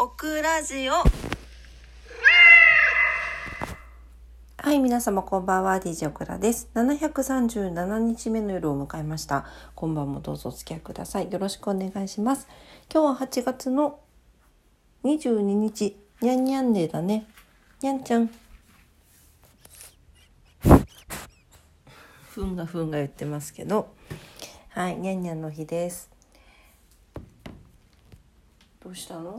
オクラジオ。 はい、皆様こんばんは。 DJ オクラです。737日目の夜を迎えました。今晩もどうぞお付き合いください。よろしくお願いします。今日は8月の22日、にゃんにゃんデーだね。にゃんちゃん。ふんが言ってますけど、はい、にゃんにゃんの日です。どうしたの？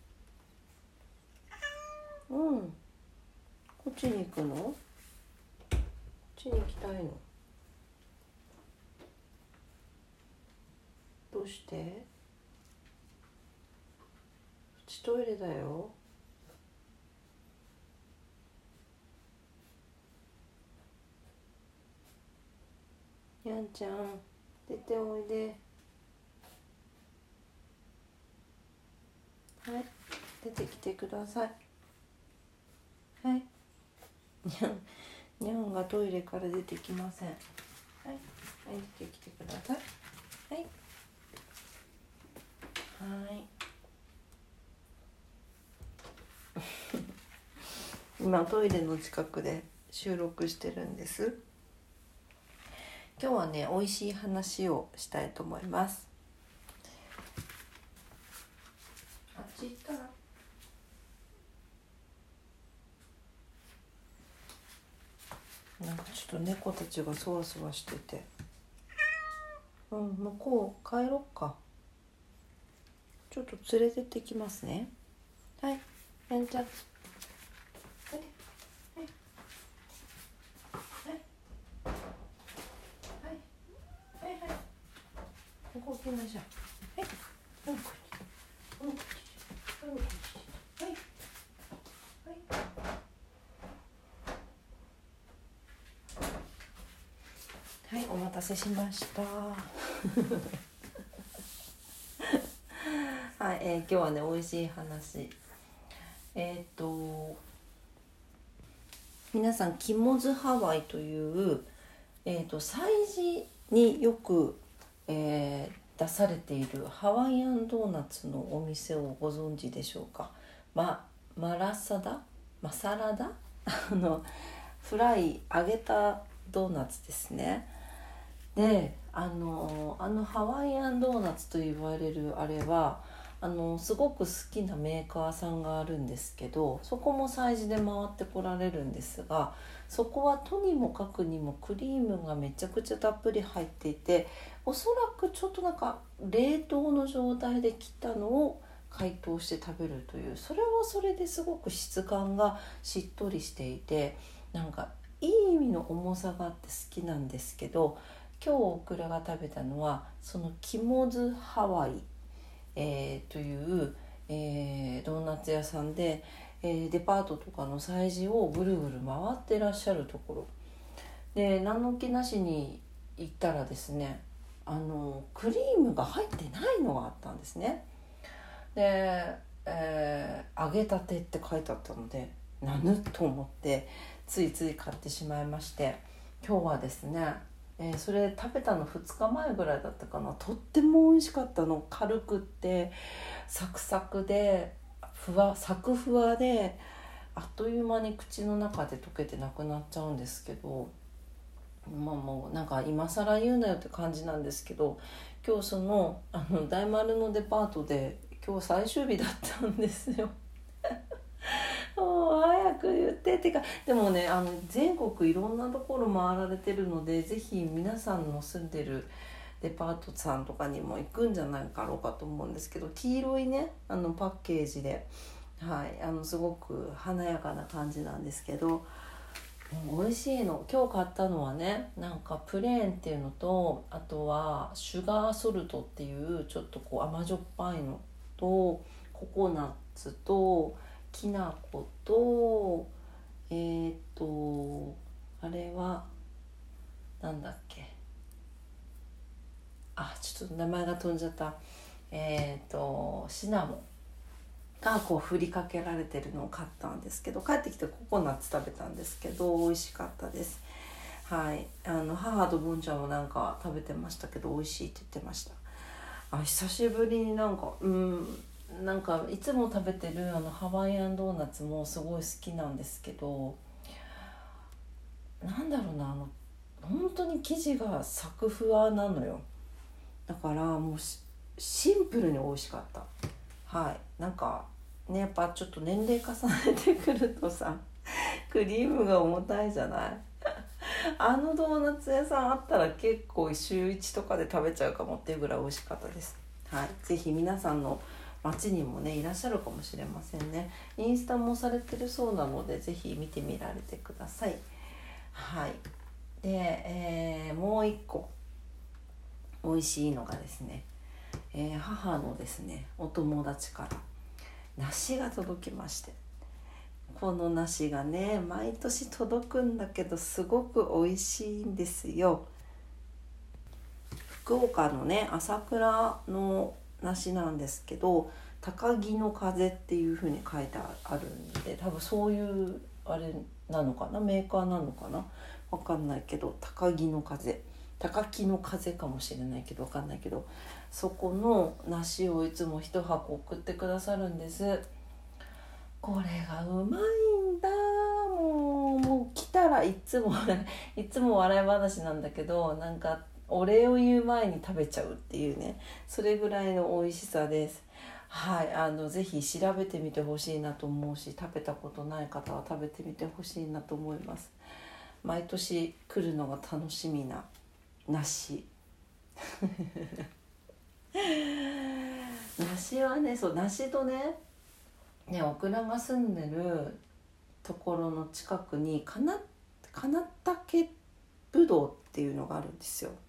こっちに行くの？こっちに行きたいの？どうして？こっちトイレだよ。にゃんちゃん、出ておいで。はい、出てきてください。はい。にゃんがトイレから出てきません。はい、出てきてください。はい。はい。今トイレの近くで収録してるんです。今日はね、美味しい話をしたいと思います。あっち行ったら。なんかちょっと猫たちがそわそわしてて、向こう帰ろっか。ちょっと連れてってきますね。はい、やんちゃん。はいはいはい、ここ来ましょう。はい、はい、お待たせしましたはい、今日はね、美味しい話。皆さん、キモズハワイという、催事によく、出されているハワイアンドーナツのお店をご存知でしょうか。マサラダフライ揚げたドーナツですね。で、あのハワイアンドーナツと言われるあれはすごく好きなメーカーさんがあるんですけど、そこも催事で回ってこられるんですが、そこはとにもかくにもクリームがめちゃくちゃたっぷり入っていて、おそらくちょっとなんか冷凍の状態で切ったのを解凍して食べるという、それはそれですごく質感がしっとりしていて、なんかいい意味の重さがあって好きなんですけど、今日オクラが食べたのはそのキモズハワイ、という、ドーナツ屋さんで、デパートとかの催事をぐるぐる回ってらっしゃるところで、何の気なしに行ったらですね、クリームが入ってないのがあったんですね。で、揚げたてって書いてあったので、なぬと思ってついつい買ってしまいまして、今日はですね、それ食べたの2日前ぐらいだったかな。とっても美味しかったの。軽くってサクサクでサクふわで、あっという間に口の中で溶けてなくなっちゃうんですけど、もうなんか今更言うなよって感じなんですけど、今日その大丸のデパートで今日最終日だったんですよもう早く言ってってか、でもね、全国いろんなところ回られてるので、ぜひ皆さんの住んでるデパートさんとかにも行くんじゃないかろうかと思うんですけど、黄色いねパッケージで、はい、すごく華やかな感じなんですけど、美味しいの。今日買ったのはね、なんかプレーンっていうのと、あとはシュガーソルトっていうちょっとこう甘じょっぱいのと、ココナッツときな粉と、あれはなんだっけ、ちょっと名前が飛んじゃった。シナモンがこう振りかけられてるのを買ったんですけど、帰ってきてココナッツ食べたんですけど、美味しかったです。はい、母とボンちゃんもなんか食べてましたけど、美味しいって言ってました。久しぶりになんかなんかいつも食べてるハワイアンドーナツもすごい好きなんですけど、なんだろうな、本当に生地がサクふわなのよ。だからもうシンプルに美味しかった。はい。なんかね、やっぱちょっと年齢重ねてくるとさ、クリームが重たいじゃない。ドーナツ屋さんあったら結構週1とかで食べちゃうかもっていうぐらい美味しかったです。はい。ぜひ皆さんの街にもねいらっしゃるかもしれませんね。インスタもされてるそうなのでぜひ見てみられてください。はい。で、もう一個美味しいのがですね、母のですねお友達から梨が届きまして、この梨がね毎年届くんだけどすごく美味しいんですよ。福岡のね朝倉の梨なんですけど、高木の風っていう風に書いてあるんで、多分そういうあれなのかな、メーカーなのかな、わかんないけど、高木の風かもしれないけどわかんないけど、そこの梨をいつも一箱送ってくださるんです。これがうまいんだ。もう来たらいつも笑い話なんだけど、なんかお礼を言う前に食べちゃうっていうね、それぐらいの美味しさです。はい。ぜひ調べてみてほしいなと思うし、食べたことない方は食べてみてほしいなと思います。毎年来るのが楽しみな梨。梨はね、そう、梨とね、オクラが住んでるところの近くにかなたけぶどうっていうのがあるんですよ。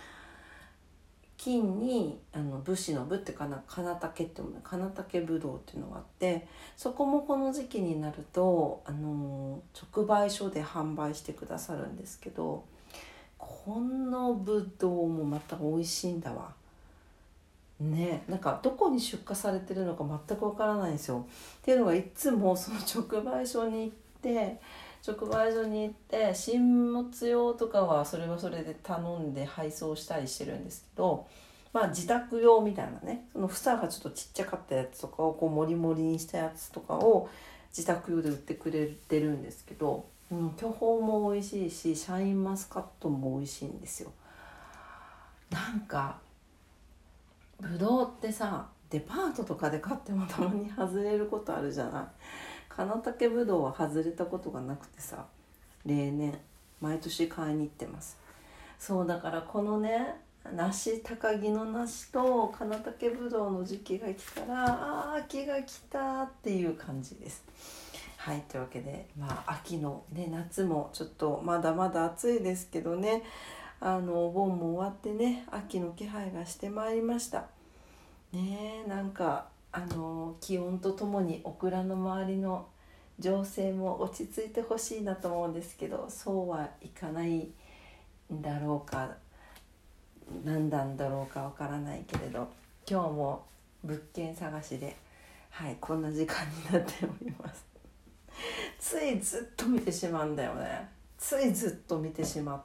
金に武士の武ってかなたけってかなたけぶどうっていうのがあって、そこもこの時期になると直売所で販売してくださるんですけど、このぶどうもまた美味しいんだわね。なんかどこに出荷されてるのか全くわからないんですよ。っていうのが、いつもその直売所に行って新物用とかはそれはそれで頼んで配送したりしてるんですけど、自宅用みたいなね、その房がちょっとちっちゃかったやつとかをこうモリモリにしたやつとかを自宅用で売ってくれてるんですけど、巨峰も美味しいしシャインマスカットも美味しいんですよ。なんかぶどうってさ、デパートとかで買ってもたまに外れることあるじゃない。金竹ぶどうは外れたことがなくてさ、例年毎年買いに行ってます。そうだから、このね高木の梨と金竹ぶどうの時期が来たら、秋が来たっていう感じです。はい。というわけで、秋のね、夏もちょっとまだまだ暑いですけどね、お盆も終わってね、秋の気配がしてまいりましたね。なんか気温とともにオクラの周りの情勢も落ち着いてほしいなと思うんですけど、そうはいかないんだろうか、何なんだろうかわからないけれど、今日も物件探しで、こんな時間になっておりますついずっと見てしまうんだよね。ついずっと見てしまって、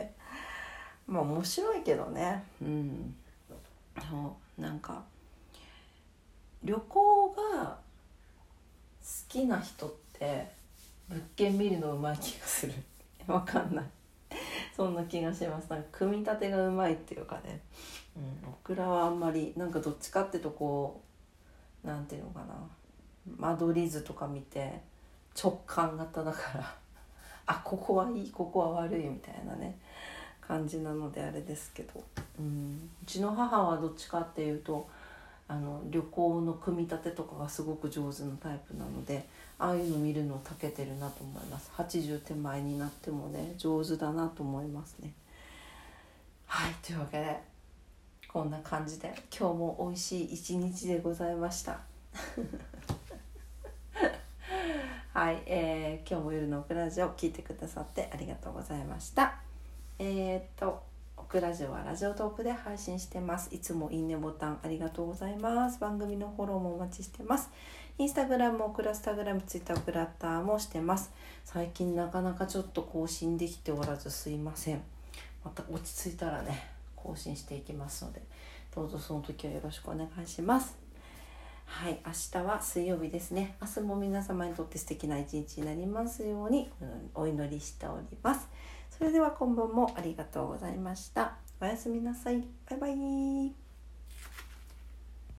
面白いけどね。なんか旅行が好きな人って物件見るのうまい気がするわかんない、そんな気がします。なんか組み立てがうまいっていうかね、オクラはあんまり、なんかどっちかっていうとこう、なんていうのかな、間取り図とか見て直感型だからここはいい、ここは悪いみたいなね感じなのであれですけど、うちの母はどっちかっていうと旅行の組み立てとかがすごく上手なタイプなので、ああいうの見るの長けてるなと思います。80手前になってもね上手だなと思いますね。はい。というわけで、こんな感じで今日も美味しい一日でございましたはい、今日も夜のオクラジオを聞いてくださってありがとうございました。オクラジオはラジオトークで配信してます。いつもいいねボタンありがとうございます。番組のフォローもお待ちしてます。インスタグラム、オクラスタグラム、ツイッター、オクラッターもしてます。最近なかなかちょっと更新できておらずすいません。また落ち着いたらね更新していきますので、どうぞその時はよろしくお願いします。 はい、明日は水曜日ですね。明日も皆様にとって素敵な一日になりますようにお祈りしております。それでは今晩もありがとうございました。おやすみなさい。バイバイ。